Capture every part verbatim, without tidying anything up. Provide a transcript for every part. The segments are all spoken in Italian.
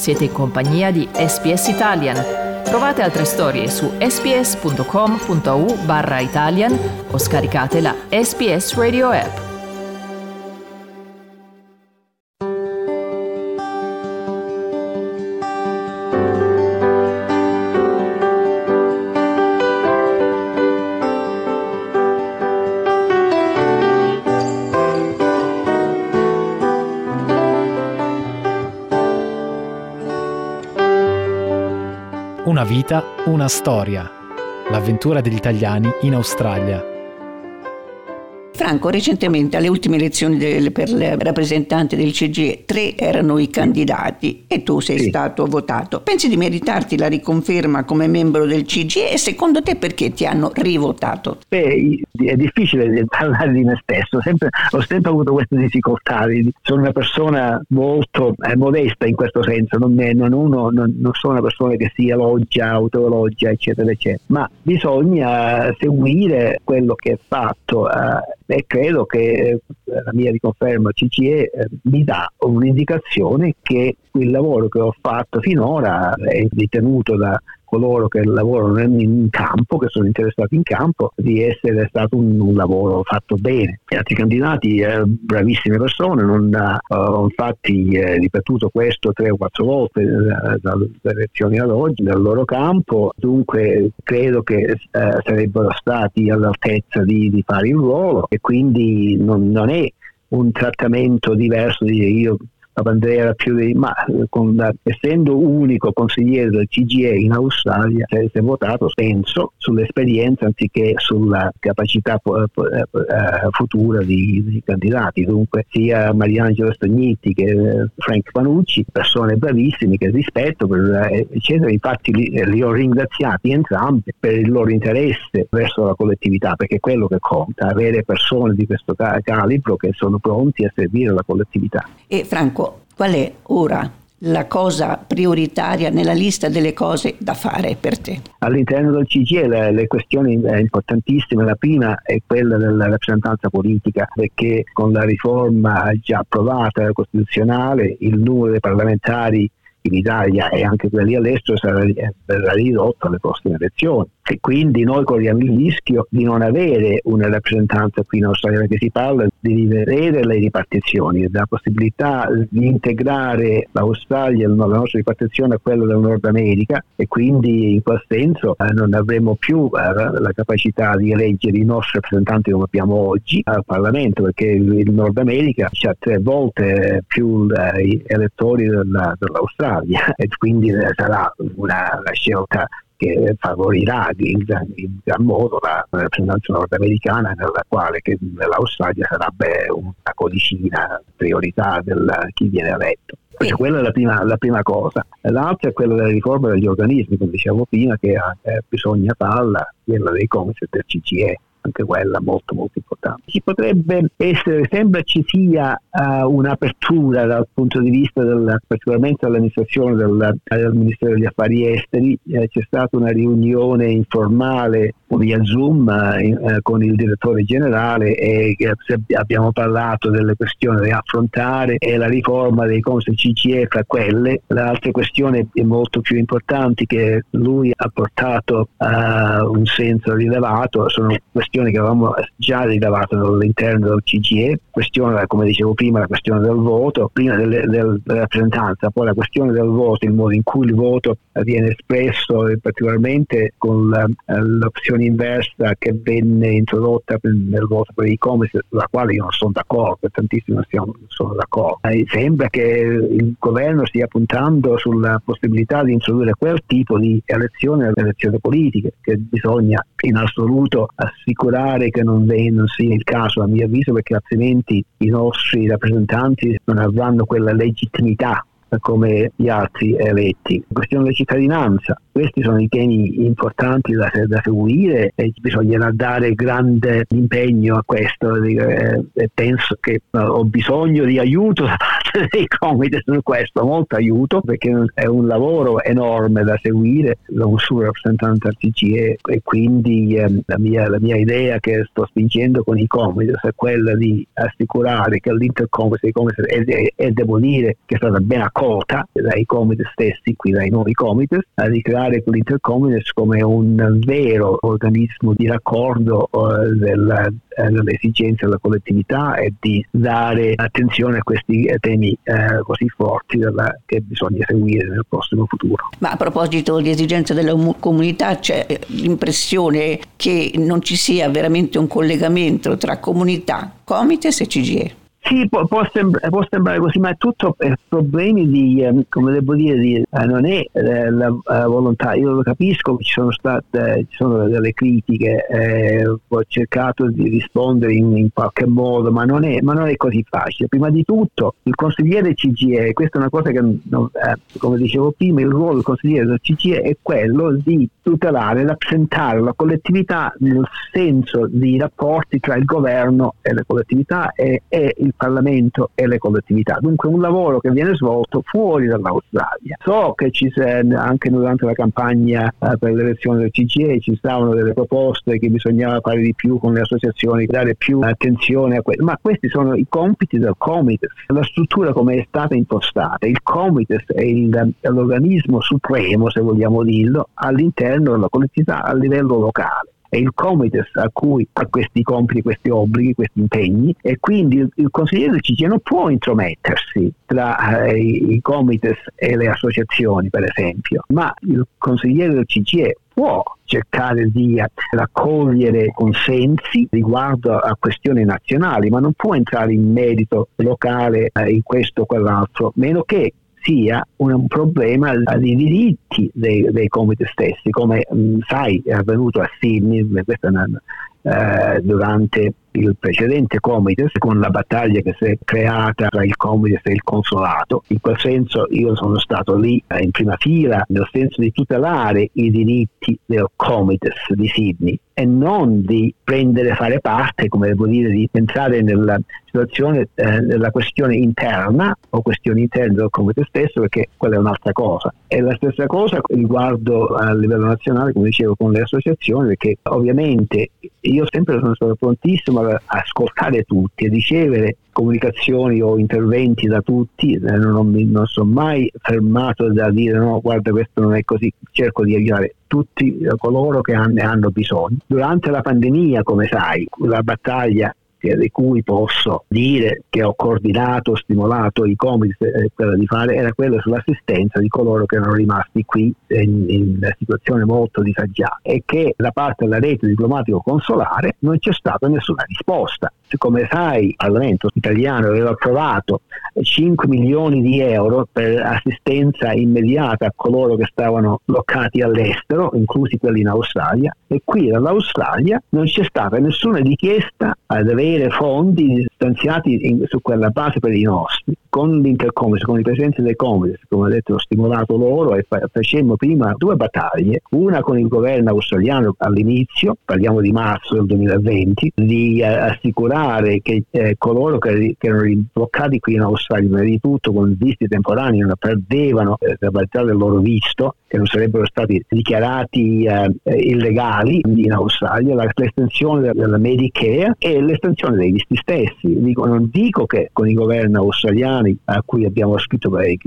Siete in compagnia di S B S Italian. Trovate altre storie su sbs.com.au barra Italian o scaricate la S B S Radio app. Una vita, una storia. L'avventura degli italiani in Australia. Franco, recentemente alle ultime elezioni del, per le rappresentanti del C G I E, tre erano i candidati e tu sei sì. stato votato. Pensi di meritarti la riconferma come membro del C G I E e secondo te perché ti hanno rivotato? Beh, è difficile parlare di me stesso, sempre, ho sempre avuto queste difficoltà. Sono una persona molto eh, modesta in questo senso, non, è, non, uno, non, non sono una persona che si elogia, autoelogia, eccetera, eccetera, ma bisogna seguire quello che è fatto. Eh, E credo che la mia riconferma C G I E eh, mi dà un'indicazione che il lavoro che ho fatto finora è ritenuto da coloro che lavorano in campo, che sono interessati in campo, di essere stato un, un lavoro fatto bene. Gli altri candidati, eh, bravissime persone, non uh, ho infatti eh, ripetuto questo tre o quattro volte eh, dalle elezioni ad oggi nel loro campo, dunque credo che eh, sarebbero stati all'altezza di, di fare il ruolo e quindi non, non è un trattamento diverso di io la bandiera più di, ma con, essendo unico consigliere del C G I E in Australia, si è votato, penso, sull'esperienza anziché sulla capacità uh, uh, futura di, di candidati. Dunque sia Mariangelo Stagnitti che Frank Panucci, persone bravissime che rispetto, per, eccetera. Infatti li, li ho ringraziati entrambi per il loro interesse verso la collettività, perché è quello che conta, avere persone di questo calibro che sono pronti a servire la collettività. E Franco, qual è ora la cosa prioritaria nella lista delle cose da fare per te? All'interno del C G I E le, le questioni importantissime, la prima è quella della rappresentanza politica, perché con la riforma già approvata costituzionale il numero dei parlamentari in Italia e anche quelli all'estero sarà, sarà ridotto alle prossime elezioni e quindi noi corriamo il rischio di non avere una rappresentanza qui in Australia, perché si parla di rivedere le ripartizioni, della possibilità di integrare l'Australia, la nostra ripartizione a quella del Nord America e quindi in quel senso eh, non avremo più eh, la capacità di eleggere i nostri rappresentanti come abbiamo oggi al Parlamento, perché il, il Nord America ha tre volte più eh, elettori della, dell'Australia e quindi eh, sarà una, una scelta che favorirà in gran, in gran modo la rappresentanza nordamericana, nella quale che nell'Australia sarebbe una codicina priorità del chi viene eletto. Quindi quella è la prima, la prima cosa. L'altra è quella della riforma degli organismi, come dicevo prima, che eh, bisogna farla, quella dei comitet del C G I E, anche quella molto molto importante. Ci potrebbe essere, sembra ci sia uh, un'apertura dal punto di vista del, particolarmente dell'amministrazione del, del Ministero degli Affari Esteri. Eh, c'è stata una riunione informale via Zoom eh, con il direttore generale e eh, abbiamo parlato delle questioni da affrontare e la riforma dei comitet C G I E fra quelle. Le altre questioni molto più importanti che lui ha portato a uh, un senso rilevato sono questioni che avevamo già rilevato all'interno del C G I E, questione, come dicevo prima, la questione del voto, prima delle, del, della rappresentanza, poi la questione del voto, il modo in cui il voto viene espresso, e particolarmente con la, l'opzione inversa che venne introdotta nel voto per i comitet, sulla quale io non sono d'accordo, tantissimi non sono d'accordo. Eh, sembra che il governo stia puntando sulla possibilità di introdurre quel tipo di elezioni alle elezioni politiche, che bisogna in assoluto assicurare che non, ve, non sia il caso, a mio avviso, perché altrimenti i nostri rappresentanti non avranno quella legittimità come gli altri eletti. La questione della cittadinanza, questi sono i temi importanti da, da seguire e bisognerà dare grande impegno a questo e eh, penso che uh, ho bisogno di aiuto da parte dei comitet su questo, molto aiuto, perché è un lavoro enorme da seguire da un suo rappresentante al C G I E e quindi eh, la, mia, la mia idea che sto spingendo con i comitet è quella di assicurare che l'intercomitet e, e, e devo dire che è stata ben accolta accolta dai Comites stessi, qui dai nuovi Comites, a ricreare l'Intercomites come un vero organismo di raccordo uh, della, uh, delle esigenze della collettività e di dare attenzione a questi temi uh, così forti della, che bisogna seguire nel prossimo futuro. Ma a proposito di esigenze della comunità, c'è l'impressione che non ci sia veramente un collegamento tra comunità, Comites e C G I E? Sì, può, può, sembra, può sembrare così, ma è tutto per problemi di, eh, come devo dire, di, eh, non è eh, la eh, volontà. Io lo capisco che ci sono state, ci sono delle critiche, eh, ho cercato di rispondere in, in qualche modo, ma non, è, ma non è così facile. Prima di tutto, il consigliere C G I E, questa è una cosa che, non, eh, come dicevo prima, il ruolo del consigliere del C G I E è quello di tutelare, rappresentare la collettività nel senso di rapporti tra il governo e le collettività e, e il Parlamento e le collettività. Dunque un lavoro che viene svolto fuori dall'Australia. So che ci anche durante la campagna eh, per l'elezione del C G I E ci stavano delle proposte che bisognava fare di più con le associazioni, dare più attenzione a questo, ma questi sono i compiti del Comites. La struttura come è stata impostata, il Comites è, il, è l'organismo supremo, se vogliamo dirlo, all'interno della collettività a livello locale. È il Comites a cui ha questi compiti, questi obblighi, questi impegni, e quindi il, il consigliere del C G I E non può intromettersi tra eh, i, i Comites e le associazioni, per esempio, ma il consigliere del C G I E può cercare di raccogliere consensi riguardo a questioni nazionali, ma non può entrare in merito locale eh, in questo o quell'altro, meno che sia un problema di diritti dei, dei Comites stessi, come mh, sai è avvenuto a Sydney, questa è una, eh, durante il precedente Comites, con la battaglia che si è creata tra il Comites e il consolato. In quel senso io sono stato lì eh, in prima fila, nel senso di tutelare i diritti del Comites di Sydney e non di prendere, fare parte, come devo dire, di entrare nella situazione eh, della questione interna o questioni interne del Comites stesso, perché quella è un'altra cosa. E la stessa cosa riguardo a livello nazionale, come dicevo, con le associazioni, perché ovviamente io sempre sono stato prontissimo a ascoltare tutti e ricevere comunicazioni o interventi da tutti, eh, non, mi, non sono mai fermato da dire no, guarda, questo non è così, cerco di aiutare tutti eh, coloro che ne hanno bisogno. Durante la pandemia, come sai, la battaglia di cui posso dire che ho coordinato, stimolato i Comites eh, quella di fare, era quella sull'assistenza di coloro che erano rimasti qui in, in una situazione molto disagiata, e che da parte della rete diplomatico-consolare non c'è stata nessuna risposta. Come sai, il Parlamento italiano aveva approvato cinque milioni di euro per assistenza immediata a coloro che stavano bloccati all'estero, inclusi quelli in Australia, e qui dall'Australia non c'è stata nessuna richiesta ad avere fondi stanziati in, su quella base per i nostri. Con l'Intercomites, con i presidenti dei Comites, come ho detto, ho stimolato loro e fa- facemmo prima due battaglie, una con il governo australiano all'inizio, parliamo di marzo del duemilaventi, di eh, assicurare che eh, coloro che, che erano bloccati qui in Australia, prima di tutto con visti temporanei, non perdevano eh, la validità del loro visto, che non sarebbero stati dichiarati eh, illegali in Australia, la, l'estensione della, della Medicare e l'estensione dei visti stessi. Dico, non dico che con i governi australiani a cui abbiamo scritto ai,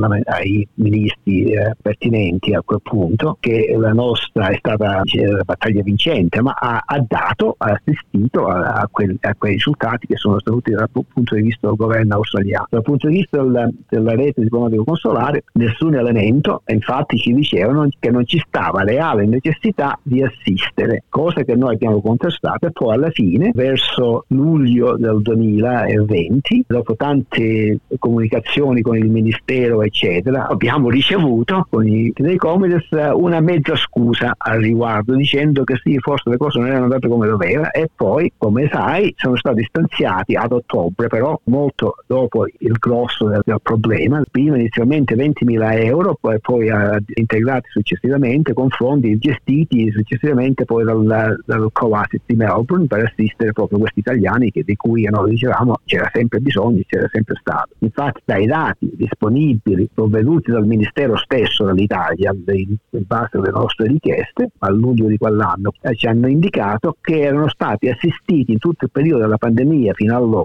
ai ministri eh, pertinenti a quel punto che la nostra è stata diciamo, la battaglia vincente, ma ha, ha dato, ha assistito a, a, quel, a quei risultati che sono ottenuti dal punto di vista del governo australiano. Dal punto di vista della, della rete diplomatico-consolare nessun elemento, infatti ci dicevano che non ci stava reale necessità di assistere, cosa che noi abbiamo contestato, e poi alla fine, verso luglio del duemilaventi, dopo tante comunicazioni con il ministero eccetera, abbiamo ricevuto con i dei Comites una mezza scusa al riguardo, dicendo che sì, forse le cose non erano andate come doveva, e poi, come sai, sono stati stanziati ad ottobre, però molto dopo il grosso del, del problema, prima inizialmente ventimila euro, poi, poi uh, integrati successivamente con fondi gestiti successivamente poi dal, dal COASIT di Melbourne, per assistere proprio questi italiani che, di cui noi dicevamo c'era sempre bisogno, c'era sempre stato. Infatti dai dati disponibili provveduti dal Ministero stesso dall'Italia in base alle nostre richieste a luglio di quell'anno eh, ci hanno indicato che erano stati assistiti in tutto il periodo della pandemia fino allora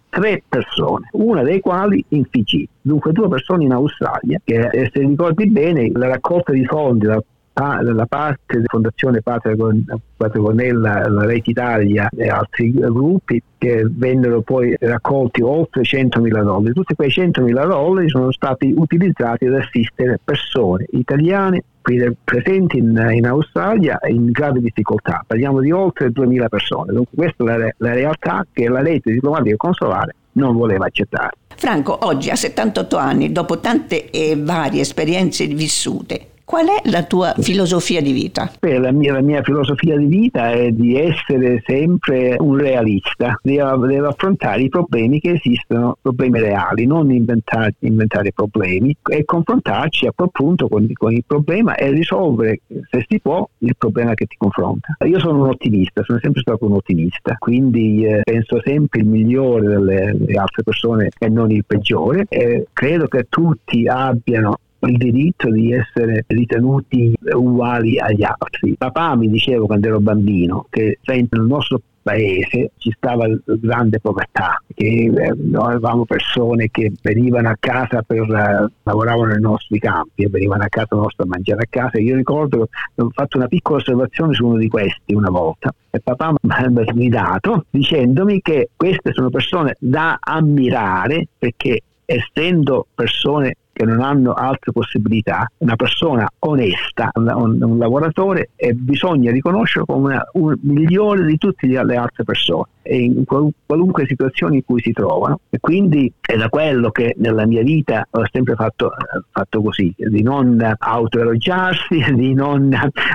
tre persone, una dei quali in Fiji, dunque due persone in Australia, che eh, se ricordi bene la raccolta di fondi da dalla parte della Fondazione Patria Cornella, la Rete Italia e altri gruppi, che vennero poi raccolti oltre centomila dollari. Tutti quei centomila dollari sono stati utilizzati ad assistere persone italiane presenti in, in Australia in grave difficoltà. Parliamo di oltre duemila persone. Dunque questa è la, la realtà che la rete diplomatica e consolare non voleva accettare. Franco, oggi a settantotto anni, dopo tante e varie esperienze vissute, qual è la tua filosofia di vita? Beh, la, mia, la mia filosofia di vita è di essere sempre un realista, devo, devo affrontare i problemi che esistono, problemi reali, non inventare, inventare problemi e confrontarci a quel punto con, con il problema e risolvere, se si può, il problema che ti confronta. Io sono un ottimista, sono sempre stato un ottimista, quindi eh, penso sempre il migliore delle, delle altre persone e non il peggiore, e credo che tutti abbiano il diritto di essere ritenuti uguali agli altri. Papà mi diceva quando ero bambino che nel nostro paese ci stava grande povertà, che eh, noi avevamo persone che venivano a casa per uh, lavoravano nei nostri campi e venivano a casa nostra a mangiare a casa. Io ricordo che ho fatto una piccola osservazione su uno di questi una volta e papà mi ha sgridato dicendomi che queste sono persone da ammirare, perché essendo persone che non hanno altre possibilità, una persona onesta, un, un lavoratore, e bisogna riconoscerlo come una, un migliore di tutte le altre persone e in qualunque situazione in cui si trovano. E quindi è da quello che nella mia vita ho sempre fatto, fatto così, di non autoelogiarsi, di non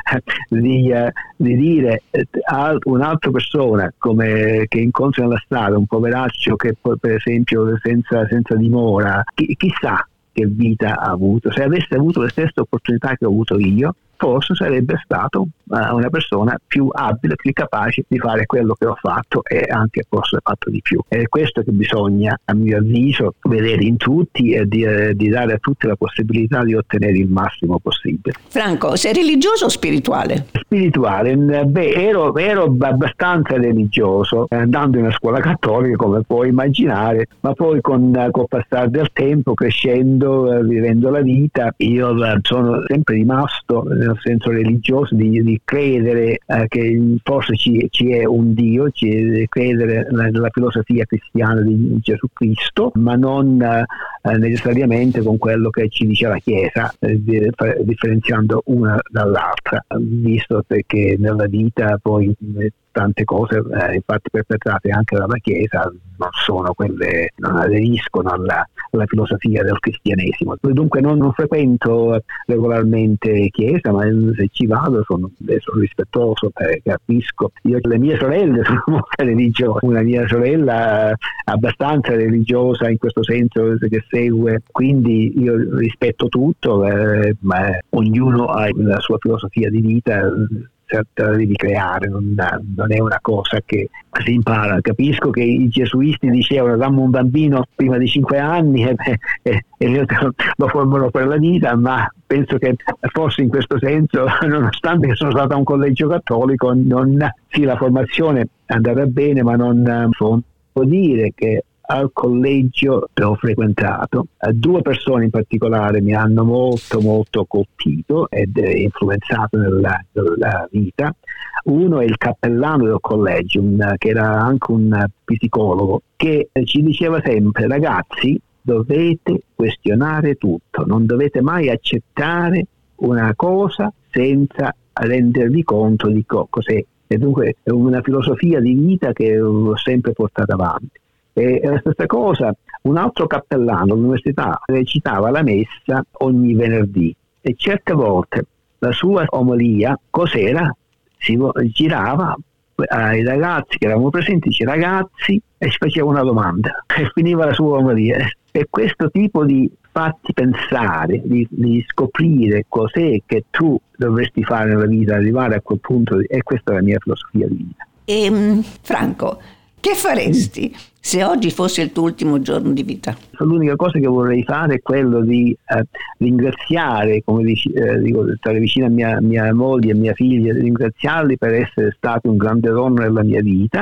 di, di dire a un'altra persona come che incontri nella strada, un poveraccio che poi per esempio senza, senza dimora, chi, chissà che vita ha avuto. Se avesse avuto le stesse opportunità che ho avuto io, forse sarebbe stato uh, una persona più abile, più capace di fare quello che ho fatto e anche forse fatto di più. Ed è questo che bisogna, a mio avviso, vedere in tutti e di, eh, di dare a tutti la possibilità di ottenere il massimo possibile. Franco, sei religioso o spirituale? Spirituale, beh, ero, ero abbastanza religioso, andando in una scuola cattolica, come puoi immaginare, ma poi con col passare del tempo, crescendo, eh, vivendo la vita, io eh, sono sempre rimasto nel senso religioso di, di credere eh, che forse ci, ci è un Dio, ci, credere nella filosofia cristiana di Gesù Cristo, ma non eh, necessariamente con quello che ci dice la Chiesa, eh, differenziando una dall'altra, visto che nella vita poi tante cose eh, infatti perpetrate anche dalla Chiesa non sono quelle, non aderiscono alla, alla filosofia del cristianesimo. Dunque non, non frequento regolarmente Chiesa, ma se ci vado sono, sono rispettoso, eh, capisco. Io, le mie sorelle sono molto religiose, una mia sorella è abbastanza religiosa in questo senso, che segue, quindi io rispetto tutto, eh, ma ognuno ha la sua filosofia di vita, certa devi creare, non, non è una cosa che si impara. Capisco che i gesuisti dicevano dammi un bambino prima di cinque anni e, e, e lo formano per la vita, ma penso che forse in questo senso, nonostante che sono stato a un collegio cattolico, non, sì, la formazione andava bene, ma non può dire che al collegio che ho frequentato due persone in particolare mi hanno molto molto colpito ed influenzato nella, nella vita. Uno è il cappellano del collegio, un, che era anche un psicologo, che ci diceva sempre: ragazzi, dovete questionare tutto, non dovete mai accettare una cosa senza rendervi conto di co- cos'è. E dunque è una filosofia di vita che ho sempre portato avanti. E la stessa cosa, un altro cappellano all'università recitava la messa ogni venerdì e certe volte la sua omelia cos'era? Si girava ai ragazzi che eravamo presenti, dice ragazzi, e ci faceva una domanda e finiva la sua omelia. E questo tipo di fatti pensare, di, di scoprire cos'è che tu dovresti fare nella vita, arrivare a quel punto, e questa è la mia filosofia di vita. E Franco, che faresti se oggi fosse il tuo ultimo giorno di vita? L'unica cosa che vorrei fare è quello di eh, ringraziare, come dici, eh, dico, stare vicino a mia, mia moglie e mia figlia, ringraziarli per essere stati un grande dono nella mia vita,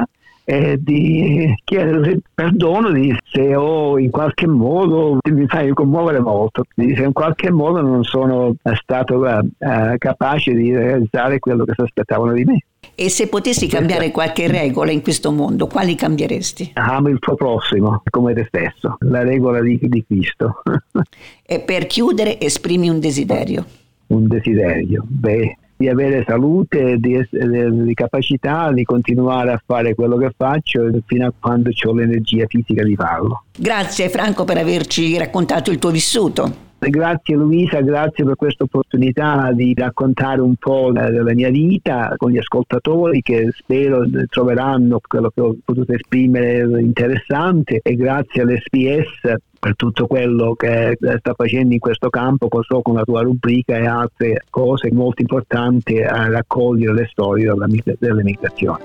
e di chiedere perdono di se ho in qualche modo, mi fai commuovere molto, di se in qualche modo non sono stato uh, uh, capace di realizzare quello che si aspettavano di me. E se potessi cambiare qualche regola in questo mondo, quali cambieresti? Ami il tuo prossimo come te stesso, la regola di, di Cristo. E per chiudere, esprimi un desiderio. Un desiderio, beh, di avere salute, di, di capacità di continuare a fare quello che faccio fino a quando ho l'energia fisica di farlo. Grazie Franco per averci raccontato il tuo vissuto. Grazie Luisa, grazie per questa opportunità di raccontare un po' della mia vita con gli ascoltatori che spero troveranno quello che ho potuto esprimere interessante, e grazie all'S P S per tutto quello che sta facendo in questo campo, così con la tua rubrica e altre cose molto importanti a raccogliere le storie delle migrazioni.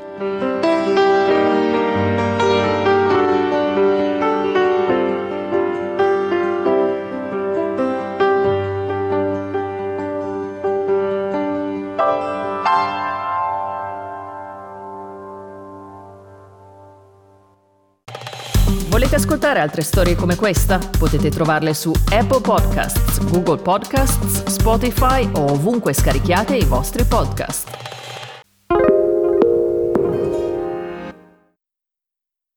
Volete ascoltare altre storie come questa? Potete trovarle su Apple Podcasts, Google Podcasts, Spotify o ovunque scarichiate i vostri podcast.